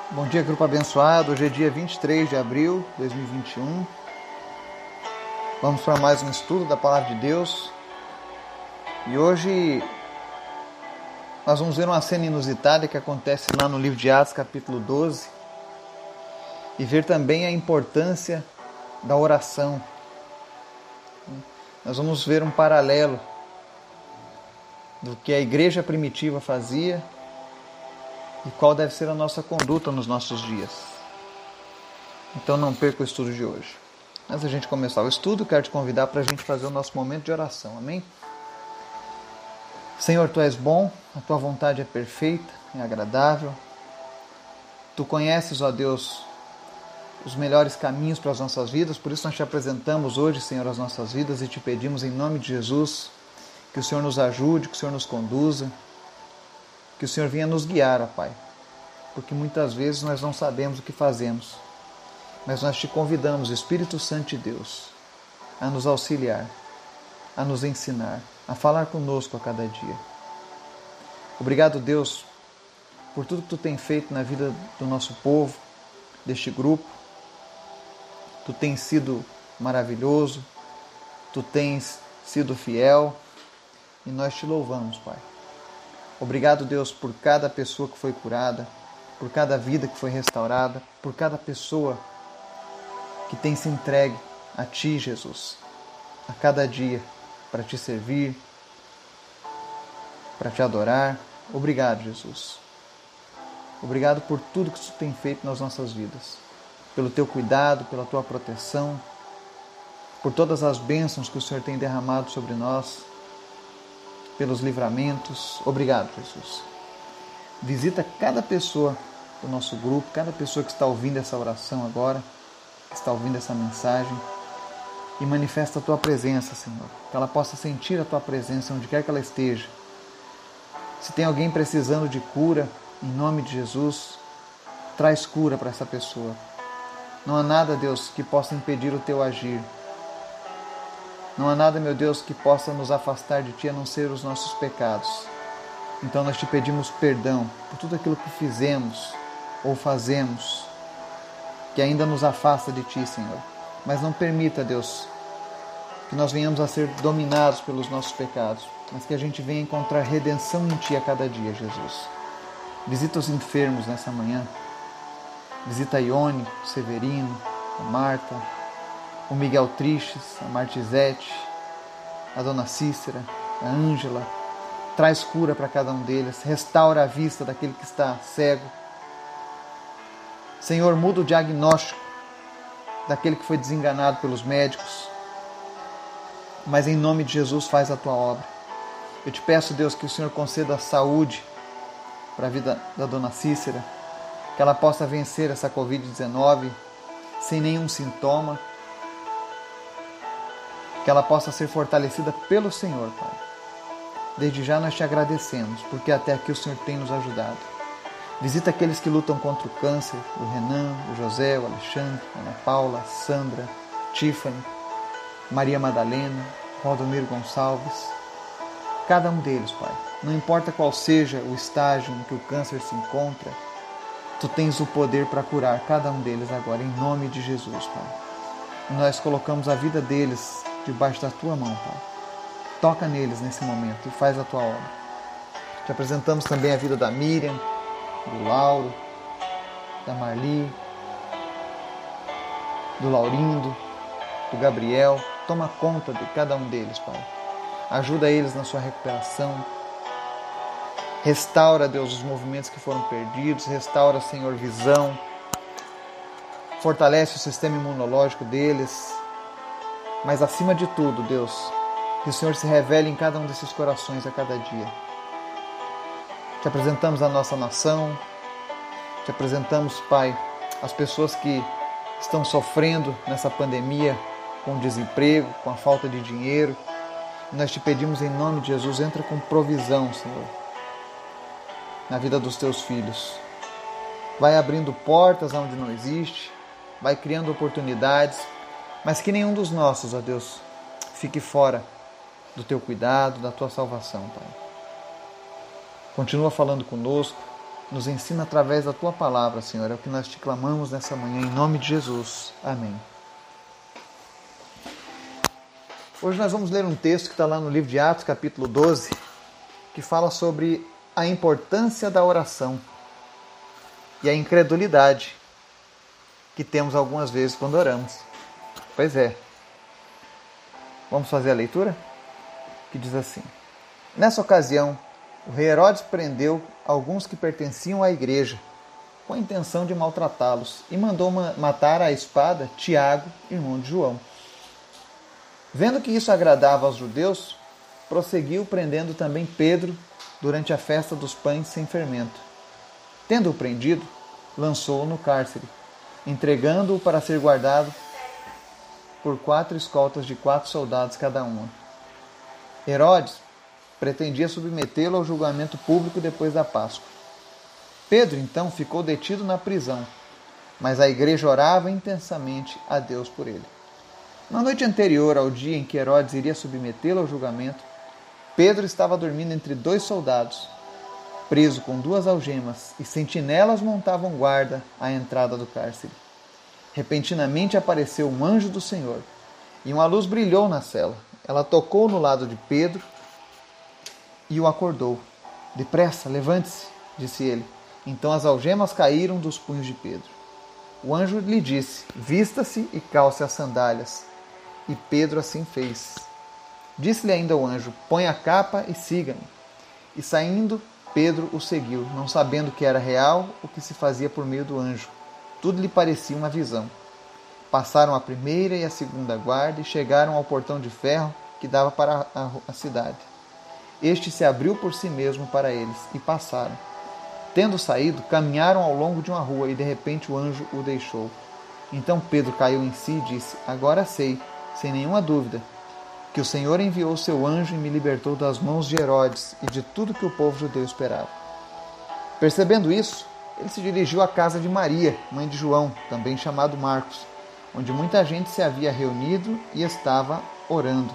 Bom dia, grupo abençoado. Hoje é dia 23 de abril de 2021. Vamos para mais um estudo da Palavra de Deus. E hoje nós vamos ver uma cena inusitada que acontece lá no livro de Atos, capítulo 12. E ver também a importância da oração. Nós vamos ver um paralelo do que a igreja primitiva fazia e qual deve ser a nossa conduta nos nossos dias. Então não perca o estudo de hoje. Antes da gente começar o estudo, quero te convidar para a gente fazer o nosso momento de oração. Amém? Senhor, Tu és bom, a Tua vontade é perfeita, é agradável. Tu conheces, ó Deus, os melhores caminhos para as nossas vidas, por isso nós te apresentamos hoje, Senhor, as nossas vidas e te pedimos em nome de Jesus que o Senhor nos ajude, que o Senhor nos conduza, que o Senhor venha nos guiar, ó Pai, porque muitas vezes nós não sabemos o que fazemos, mas nós te convidamos, Espírito Santo de Deus, a nos auxiliar, a nos ensinar, a falar conosco a cada dia. Obrigado, Deus, por tudo que Tu tem feito na vida do nosso povo, deste grupo. Tu tens sido maravilhoso, Tu tens sido fiel e nós te louvamos, Pai. Obrigado, Deus, por cada pessoa que foi curada, por cada vida que foi restaurada, por cada pessoa que tem se entregue a Ti, Jesus, a cada dia, para Te servir, para Te adorar. Obrigado, Jesus. Obrigado por tudo que Tu tem feito nas nossas vidas, pelo Teu cuidado, pela Tua proteção, por todas as bênçãos que o Senhor tem derramado sobre nós, pelos livramentos. Obrigado, Jesus. Visita cada pessoa do nosso grupo, cada pessoa que está ouvindo essa oração agora, que está ouvindo essa mensagem, e manifesta a Tua presença, Senhor. Que ela possa sentir a Tua presença onde quer que ela esteja. Se tem alguém precisando de cura, em nome de Jesus, traz cura para essa pessoa. Não há nada, Deus, que possa impedir o Teu agir. Não há nada, meu Deus, que possa nos afastar de Ti, a não ser os nossos pecados. Então nós Te pedimos perdão por tudo aquilo que fizemos ou fazemos, que ainda nos afasta de Ti, Senhor. Mas não permita, Deus, que nós venhamos a ser dominados pelos nossos pecados, mas que a gente venha encontrar redenção em Ti a cada dia, Jesus. Visita os enfermos nessa manhã. Visita a Ione, o Severino, a Marta, o Miguel Tristes, a Martizete, a Dona Cícera, a Ângela. Traz cura para cada um deles. Restaura a vista daquele que está cego. Senhor, muda o diagnóstico daquele que foi desenganado pelos médicos. Mas em nome de Jesus faz a Tua obra. Eu te peço, Deus, que o Senhor conceda a saúde para a vida da Dona Cícera, que ela possa vencer essa Covid-19 sem nenhum sintoma, que ela possa ser fortalecida pelo Senhor, Pai. Desde já nós Te agradecemos, porque até aqui o Senhor tem nos ajudado. Visita aqueles que lutam contra o câncer, o Renan, o José, o Alexandre, a Ana Paula, a Sandra, Tiffany, Maria Madalena, Rodomiro Gonçalves. Cada um deles, Pai. Não importa qual seja o estágio em que o câncer se encontra, Tu tens o poder para curar cada um deles agora, em nome de Jesus, Pai. E nós colocamos a vida deles debaixo da Tua mão, Pai. Toca neles nesse momento e faz a Tua obra. Te apresentamos também a vida da Miriam, do Lauro, da Marli, do Laurindo, do Gabriel. Toma conta de cada um deles, Pai. Ajuda eles na sua recuperação. Restaura, Deus, os movimentos que foram perdidos. Restaura, Senhor, visão. Fortalece o sistema imunológico deles. Mas, acima de tudo, Deus, que o Senhor se revele em cada um desses corações a cada dia. Te apresentamos a nossa nação. Te apresentamos, Pai, as pessoas que estão sofrendo nessa pandemia com o desemprego, com a falta de dinheiro. Nós Te pedimos em nome de Jesus, entra com provisão, Senhor, na vida dos Teus filhos. Vai abrindo portas onde não existe, vai criando oportunidades, mas que nenhum dos nossos, ó Deus, fique fora do Teu cuidado, da Tua salvação, Pai. Continua falando conosco, Nos ensina através da Tua palavra, Senhor. É o que nós te clamamos nessa manhã, em nome de Jesus. Amém. Hoje nós vamos ler um texto que está lá no livro de Atos, capítulo 12, que fala sobre a importância da oração e a incredulidade que temos algumas vezes quando oramos. Pois é. Vamos fazer a leitura? Que diz assim: Nessa ocasião, o rei Herodes prendeu alguns que pertenciam à igreja, com a intenção de maltratá-los, e mandou matar à espada Tiago, irmão de João. Vendo que isso agradava aos judeus, prosseguiu prendendo também Pedro durante a festa dos pães sem fermento. Tendo-o prendido, lançou-o no cárcere, entregando-o para ser guardado por 4 escoltas de 4 soldados cada uma. Herodes pretendia submetê-lo ao julgamento público depois da Páscoa. Pedro, então, ficou detido na prisão, mas a igreja orava intensamente a Deus por ele. Na noite anterior ao dia em que Herodes iria submetê-lo ao julgamento, Pedro estava dormindo entre 2 soldados, preso com 2 algemas, e sentinelas montavam guarda à entrada do cárcere. Repentinamente apareceu um anjo do Senhor, e uma luz brilhou na cela. Ela tocou no lado de Pedro e o acordou. Depressa, levante-se, disse ele. Então as algemas caíram dos punhos de Pedro. O anjo lhe disse: vista-se e calce as sandálias. E Pedro assim fez. Disse-lhe ainda o anjo: põe a capa e siga-me. E saindo, Pedro o seguiu, não sabendo que era real o que se fazia por meio do anjo. Tudo lhe parecia uma visão. Passaram a primeira e a segunda guarda e chegaram ao portão de ferro que dava para a cidade. Este se abriu por si mesmo para eles, e passaram. Tendo saído, caminharam ao longo de uma rua, e de repente o anjo o deixou. Então Pedro caiu em si e disse: agora sei, sem nenhuma dúvida, que o Senhor enviou o seu anjo e me libertou das mãos de Herodes e de tudo que o povo judeu esperava. Percebendo isso, ele se dirigiu à casa de Maria, mãe de João, também chamado Marcos, onde muita gente se havia reunido e estava orando.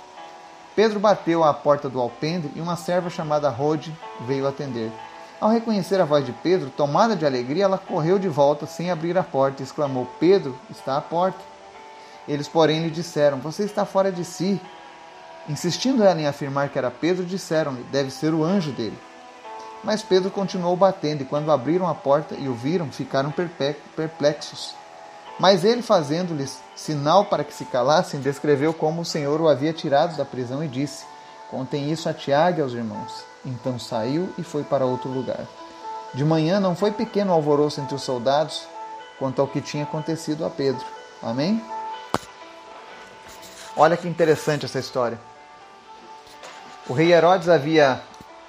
Pedro bateu à porta do alpendre e uma serva chamada Rode veio atender. Ao reconhecer a voz de Pedro, tomada de alegria, ela correu de volta sem abrir a porta e exclamou: Pedro está à porta. Eles, porém, lhe disseram: você está fora de si. Insistindo ela em afirmar que era Pedro, disseram-lhe: deve ser o anjo dele. Mas Pedro continuou batendo, e quando abriram a porta e o viram, ficaram perplexos. Mas ele, fazendo-lhes sinal para que se calassem, descreveu como o Senhor o havia tirado da prisão e disse: contem isso a Tiago e aos irmãos. Então saiu e foi para outro lugar. De manhã não foi pequeno o alvoroço entre os soldados quanto ao que tinha acontecido a Pedro. Amém? Olha que interessante essa história. O rei Herodes havia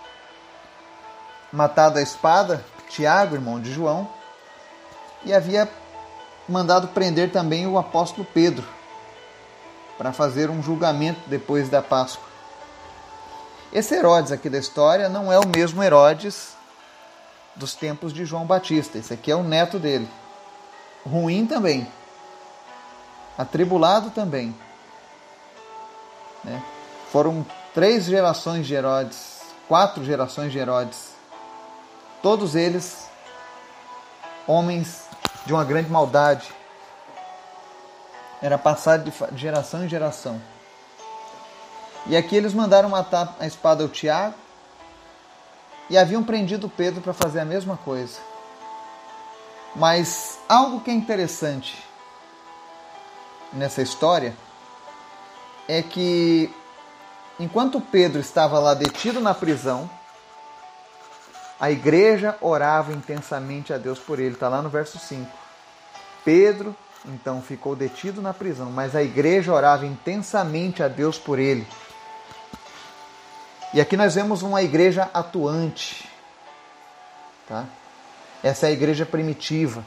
matado a espada Tiago, irmão de João, e havia mandado prender também o apóstolo Pedro para fazer um julgamento depois da Páscoa. Esse Herodes aqui da história não é o mesmo Herodes dos tempos de João Batista. Esse aqui é o neto dele. Ruim também. Atribulado também. Foram 3 gerações de Herodes, 4 gerações de Herodes. Todos eles homens de uma grande maldade. Era passado de geração em geração. E aqui eles mandaram matar a espada ao Tiago e haviam prendido Pedro para fazer a mesma coisa. Mas algo que é interessante nessa história é que enquanto Pedro estava lá detido na prisão, a igreja orava intensamente a Deus por ele. Está lá no verso 5. Pedro, então, ficou detido na prisão, mas a igreja orava intensamente a Deus por ele. E aqui nós vemos uma igreja atuante. Tá? Essa é a igreja primitiva.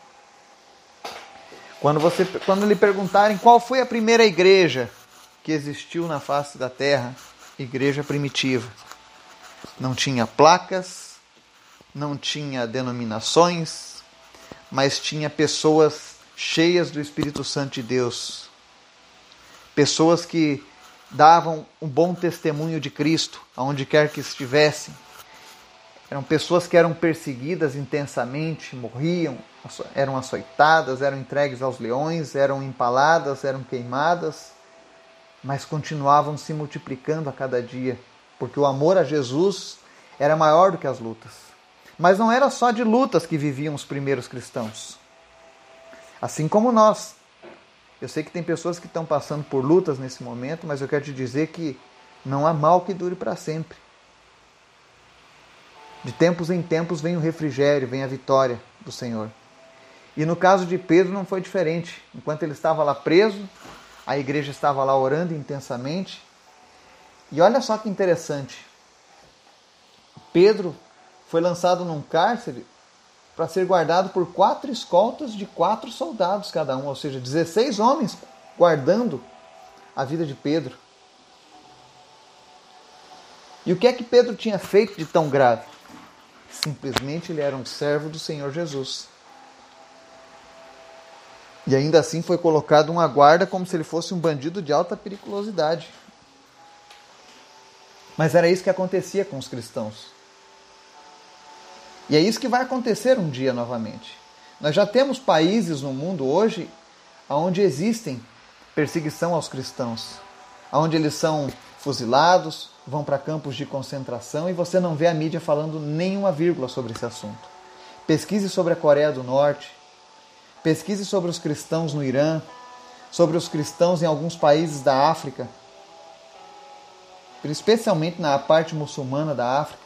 Quando lhe perguntarem qual foi a primeira igreja que existiu na face da terra, igreja primitiva. Não tinha placas, não tinha denominações, mas tinha pessoas cheias do Espírito Santo de Deus. Pessoas que davam um bom testemunho de Cristo, aonde quer que estivessem. Eram pessoas que eram perseguidas intensamente, morriam, eram açoitadas, eram entregues aos leões, eram empaladas, eram queimadas, mas continuavam se multiplicando a cada dia, porque o amor a Jesus era maior do que as lutas. Mas não era só de lutas que viviam os primeiros cristãos. Assim como nós. Eu sei que tem pessoas que estão passando por lutas nesse momento, mas eu quero te dizer que não há mal que dure para sempre. De tempos em tempos vem o refrigério, vem a vitória do Senhor. E no caso de Pedro não foi diferente. Enquanto ele estava lá preso, a igreja estava lá orando intensamente. E olha só que interessante. Pedro foi lançado num cárcere para ser guardado por 4 escoltas de 4 soldados cada um, ou seja, 16 homens guardando a vida de Pedro. E o que é que Pedro tinha feito de tão grave? Simplesmente ele era um servo do Senhor Jesus. E ainda assim foi colocado uma guarda como se ele fosse um bandido de alta periculosidade. Mas era isso que acontecia com os cristãos. E é isso que vai acontecer um dia novamente. Nós já temos países no mundo hoje onde existem perseguição aos cristãos, onde eles são fuzilados, vão para campos de concentração e você não vê a mídia falando nenhuma vírgula sobre esse assunto. Pesquise sobre a Coreia do Norte, pesquise sobre os cristãos no Irã, sobre os cristãos em alguns países da África, especialmente na parte muçulmana da África.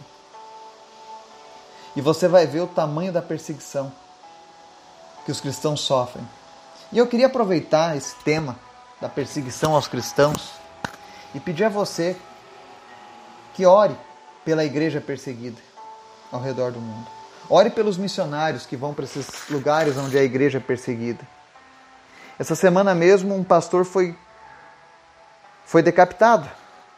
E você vai ver o tamanho da perseguição que os cristãos sofrem. E eu queria aproveitar esse tema da perseguição aos cristãos e pedir a você que ore pela igreja perseguida ao redor do mundo. Ore pelos missionários que vão para esses lugares onde a igreja é perseguida. Essa semana mesmo um pastor foi decapitado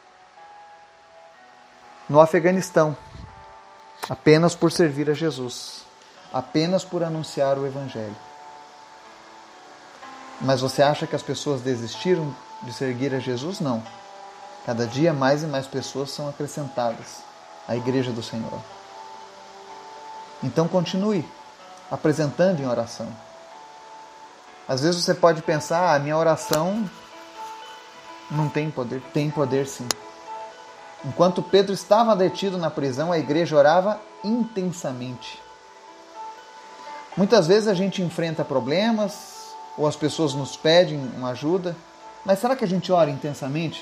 no Afeganistão, apenas por servir a Jesus, apenas por anunciar o Evangelho. Mas você acha que as pessoas desistiram de seguir a Jesus? Não. Cada dia mais e mais pessoas são acrescentadas à Igreja do Senhor. Então continue apresentando em oração. Às vezes você pode pensar, a minha oração não tem poder. Tem poder sim. Enquanto Pedro estava detido na prisão, a igreja orava intensamente. Muitas vezes a gente enfrenta problemas, ou as pessoas nos pedem uma ajuda, mas será que a gente ora intensamente?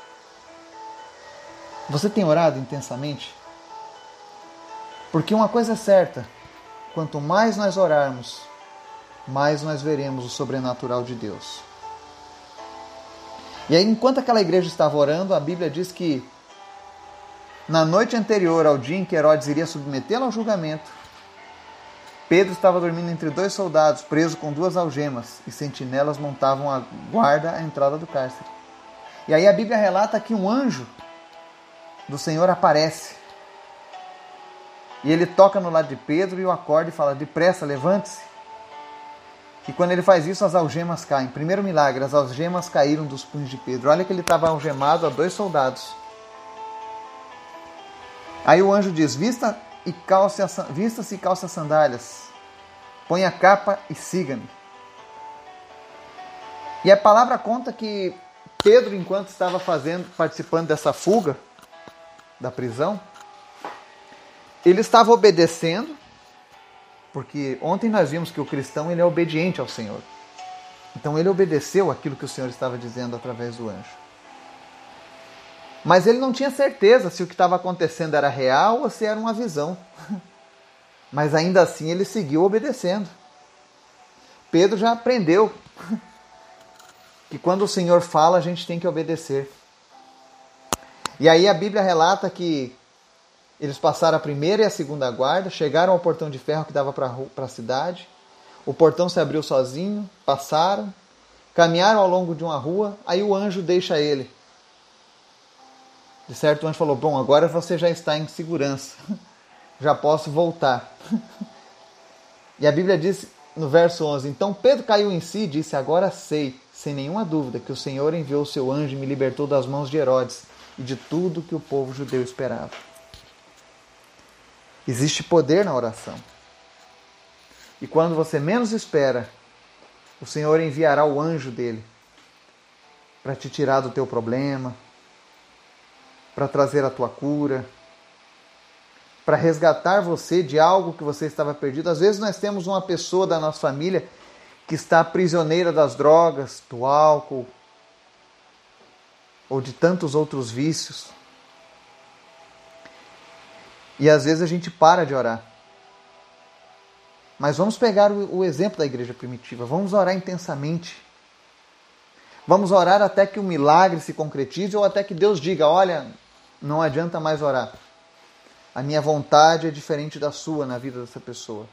Você tem orado intensamente? Porque uma coisa é certa, quanto mais nós orarmos, mais nós veremos o sobrenatural de Deus. E aí, enquanto aquela igreja estava orando, a Bíblia diz que na noite anterior ao dia em que Herodes iria submetê-lo ao julgamento, Pedro estava dormindo entre 2 soldados, preso com 2 algemas, e sentinelas montavam a guarda à entrada do cárcere. E aí a Bíblia relata que um anjo do Senhor aparece. E ele toca no lado de Pedro e o acorda e fala, depressa, levante-se. E quando ele faz isso, as algemas caem. Primeiro milagre, as algemas caíram dos punhos de Pedro. Olha que ele estava algemado a 2 soldados. Aí o anjo diz, vista-se e calce as sandálias. Põe a capa e siga-me. E a palavra conta que Pedro, enquanto estava participando dessa fuga da prisão, ele estava obedecendo, porque ontem nós vimos que o cristão ele é obediente ao Senhor. Então ele obedeceu aquilo que o Senhor estava dizendo através do anjo. Mas ele não tinha certeza se o que estava acontecendo era real ou se era uma visão. Mas ainda assim ele seguiu obedecendo. Pedro já aprendeu que quando o Senhor fala, a gente tem que obedecer. E aí a Bíblia relata que eles passaram a primeira e a segunda guarda, chegaram ao portão de ferro que dava para a cidade. O portão se abriu sozinho, passaram, caminharam ao longo de uma rua, aí o anjo deixa ele. De certo, o anjo falou, bom, agora você já está em segurança, já posso voltar. E a Bíblia diz no verso 11, então Pedro caiu em si e disse, agora sei, sem nenhuma dúvida, que o Senhor enviou o seu anjo e me libertou das mãos de Herodes e de tudo que o povo judeu esperava. Existe poder na oração. E quando você menos espera, o Senhor enviará o anjo dele para te tirar do teu problema, para trazer a tua cura, para resgatar você de algo que você estava perdido. Às vezes nós temos uma pessoa da nossa família que está prisioneira das drogas, do álcool, ou de tantos outros vícios. E às vezes a gente para de orar. Mas vamos pegar o exemplo da igreja primitiva. Vamos orar intensamente. Vamos orar até que o milagre se concretize ou até que Deus diga, olha, não adianta mais orar. A minha vontade é diferente da sua na vida dessa pessoa.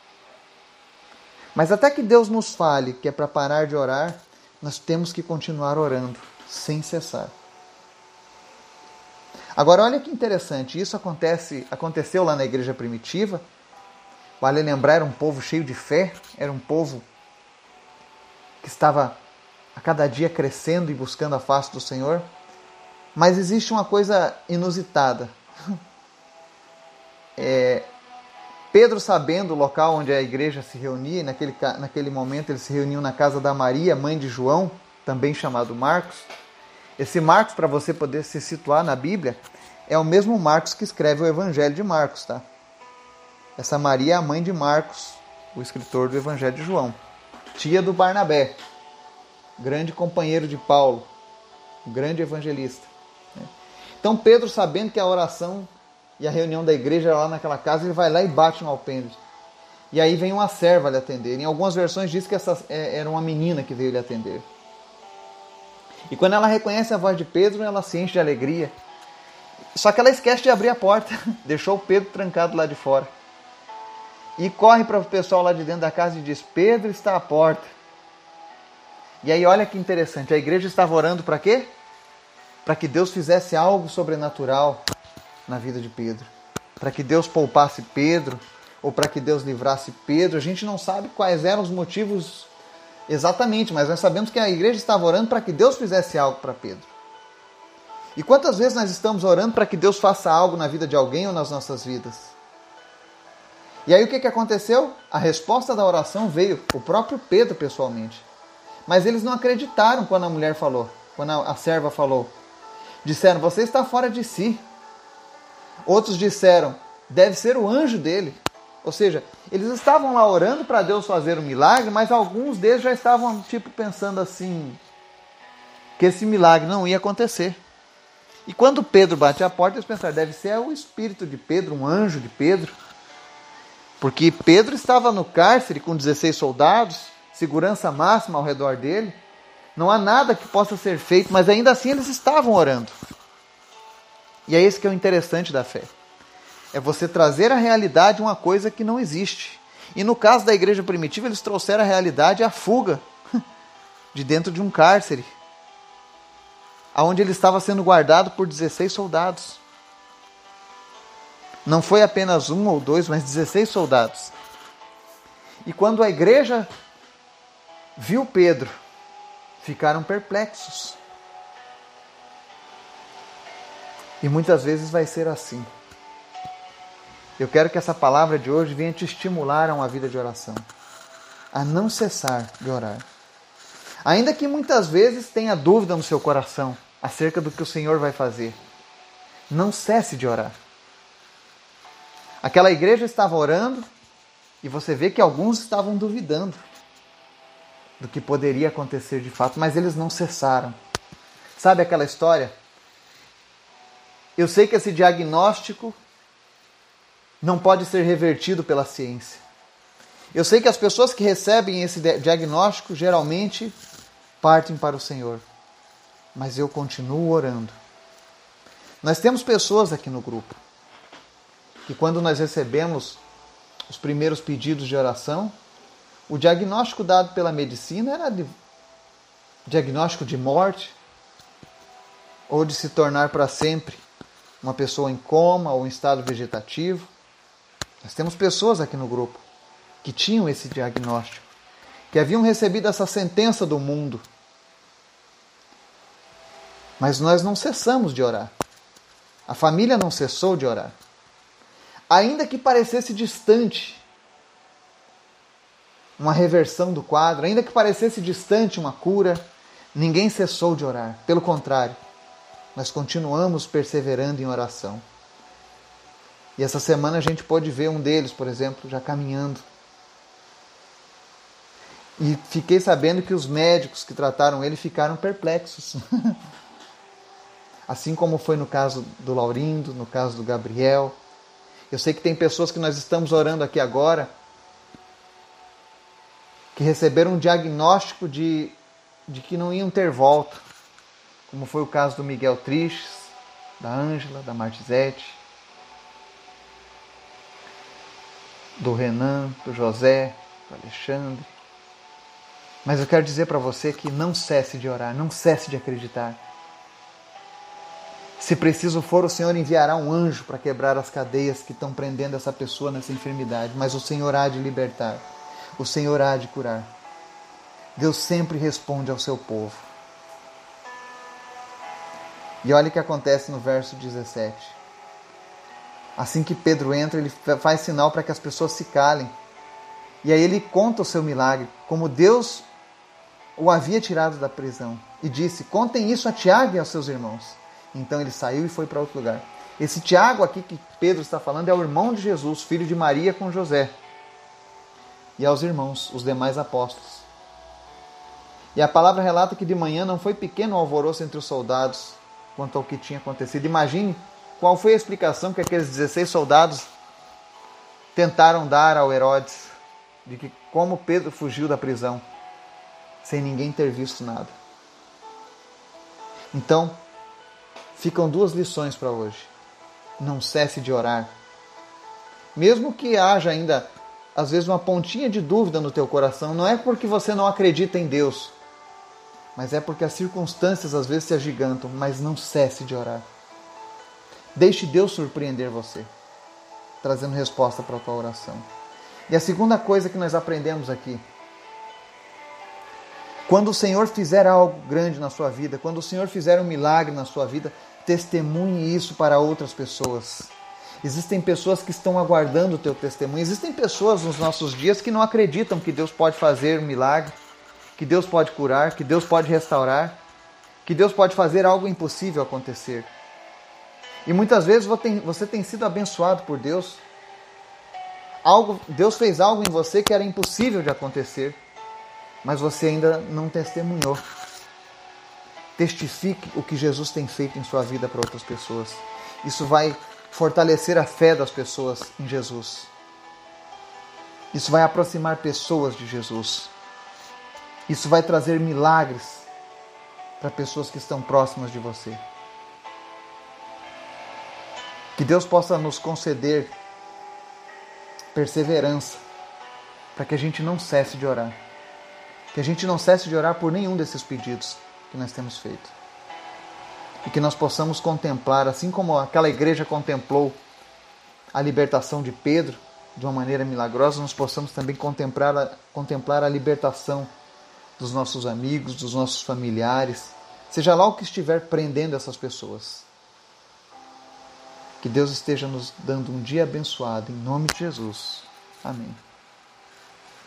Mas até que Deus nos fale que é para parar de orar, nós temos que continuar orando, sem cessar. Agora, olha que interessante, isso aconteceu lá na igreja primitiva. Vale lembrar, era um povo cheio de fé, era um povo que estava a cada dia crescendo e buscando a face do Senhor. Mas existe uma coisa inusitada. Pedro, sabendo o local onde a igreja se reunia, naquele momento eles se reuniam na casa da Maria, mãe de João, também chamado Marcos. Esse Marcos, para você poder se situar na Bíblia, é o mesmo Marcos que escreve o Evangelho de Marcos, tá? Essa Maria é a mãe de Marcos, o escritor do Evangelho de João. Tia do Barnabé, grande companheiro de Paulo, um grande evangelista. Então Pedro, sabendo que a oração e a reunião da igreja era lá naquela casa, ele vai lá e bate no alpendre. E aí vem uma serva lhe atender. Em algumas versões diz que essa era uma menina que veio lhe atender. E quando ela reconhece a voz de Pedro, ela se enche de alegria. Só que ela esquece de abrir a porta. Deixou o Pedro trancado lá de fora. E corre para o pessoal lá de dentro da casa e diz, Pedro está à porta. E aí olha que interessante, a igreja estava orando para quê? Para que Deus fizesse algo sobrenatural na vida de Pedro. Para que Deus poupasse Pedro, ou para que Deus livrasse Pedro. A gente não sabe quais eram os motivos exatamente, mas nós sabemos que a igreja estava orando para que Deus fizesse algo para Pedro. E quantas vezes nós estamos orando para que Deus faça algo na vida de alguém ou nas nossas vidas? E aí o que aconteceu? A resposta da oração veio, o próprio Pedro pessoalmente. Mas eles não acreditaram quando a mulher falou, quando a serva falou. Disseram, você está fora de si. Outros disseram, deve ser o anjo dele. Ou seja, eles estavam lá orando para Deus fazer um milagre, mas alguns deles já estavam pensando assim, que esse milagre não ia acontecer. E quando Pedro bate a porta, eles pensaram, deve ser o espírito de Pedro, um anjo de Pedro. Porque Pedro estava no cárcere com 16 soldados, segurança máxima ao redor dele. Não há nada que possa ser feito, mas ainda assim eles estavam orando. E é isso que é o interessante da fé. É você trazer à realidade uma coisa que não existe. E no caso da igreja primitiva, eles trouxeram a realidade a fuga de dentro de um cárcere, onde ele estava sendo guardado por 16 soldados. Não foi apenas um ou dois, mas 16 soldados. E quando a igreja viu Pedro, ficaram perplexos. E muitas vezes vai ser assim. Eu quero que essa palavra de hoje venha te estimular a uma vida de oração, a não cessar de orar. Ainda que muitas vezes tenha dúvida no seu coração acerca do que o Senhor vai fazer, não cesse de orar. Aquela igreja estava orando e você vê que alguns estavam duvidando do que poderia acontecer de fato, mas eles não cessaram. Sabe aquela história? Eu sei que esse diagnóstico não pode ser revertido pela ciência. Eu sei que as pessoas que recebem esse diagnóstico geralmente partem para o Senhor. Mas eu continuo orando. Nós temos pessoas aqui no grupo que quando nós recebemos os primeiros pedidos de oração, o diagnóstico dado pela medicina era diagnóstico de morte ou de se tornar para sempre uma pessoa em coma ou em estado vegetativo. Nós temos pessoas aqui no grupo que tinham esse diagnóstico, que haviam recebido essa sentença do mundo. Mas nós não cessamos de orar. A família não cessou de orar. ainda que parecesse distante uma reversão do quadro, ainda que parecesse distante uma cura, ninguém cessou de orar. Pelo contrário, nós continuamos perseverando em oração. E essa semana a gente pôde ver um deles, por exemplo, já caminhando. E fiquei sabendo que os médicos que trataram ele ficaram perplexos. Assim como foi no caso do Laurindo, no caso do Gabriel. Eu sei que tem pessoas que nós estamos orando aqui agora que receberam um diagnóstico de que não iam ter volta. Como foi o caso do Miguel Triches, da Ângela, da Martizete, do Renan, do José, do Alexandre. Mas eu quero dizer para você que não cesse de orar, não cesse de acreditar. Se preciso for, o Senhor enviará um anjo para quebrar as cadeias que estão prendendo essa pessoa nessa enfermidade. Mas o Senhor há de libertar. O Senhor há de curar. Deus sempre responde ao seu povo. E olha o que acontece no verso 17. Assim que Pedro entra, ele faz sinal para que as pessoas se calem. E aí ele conta o seu milagre, como Deus o havia tirado da prisão. E disse, contem isso a Tiago e aos seus irmãos. Então ele saiu e foi para outro lugar. Esse Tiago aqui que Pedro está falando é o irmão de Jesus, filho de Maria com José. E aos irmãos, os demais apóstolos. E a palavra relata que de manhã não foi pequeno o alvoroço entre os soldados quanto ao que tinha acontecido. Imagine qual foi a explicação que aqueles 16 soldados tentaram dar ao Herodes de que como Pedro fugiu da prisão sem ninguém ter visto nada. Então, ficam duas lições para hoje. Não cesse de orar. Mesmo que haja ainda, às vezes, uma pontinha de dúvida no teu coração, não é porque você não acredita em Deus, mas é porque as circunstâncias às vezes se agigantam, mas não cesse de orar. Deixe Deus surpreender você, trazendo resposta para a tua oração. E a segunda coisa que nós aprendemos aqui, quando o Senhor fizer algo grande na sua vida, quando o Senhor fizer um milagre na sua vida, testemunhe isso para outras pessoas. Existem pessoas que estão aguardando o teu testemunho. Existem pessoas nos nossos dias que não acreditam que Deus pode fazer um milagre, que Deus pode curar, que Deus pode restaurar, que Deus pode fazer algo impossível acontecer. E muitas vezes você tem sido abençoado por Deus. Deus fez algo em você que era impossível de acontecer, mas você ainda não testemunhou. Testifique o que Jesus tem feito em sua vida para outras pessoas. Isso vai fortalecer a fé das pessoas em Jesus. Isso vai aproximar pessoas de Jesus. Isso vai trazer milagres para pessoas que estão próximas de você. Que Deus possa nos conceder perseverança para que a gente não cesse de orar. Que a gente não cesse de orar por nenhum desses pedidos que nós temos feito. E que nós possamos contemplar, assim como aquela igreja contemplou a libertação de Pedro de uma maneira milagrosa, nós possamos também contemplar a libertação dos nossos amigos, dos nossos familiares, seja lá o que estiver prendendo essas pessoas. Que Deus esteja nos dando um dia abençoado, em nome de Jesus. Amém.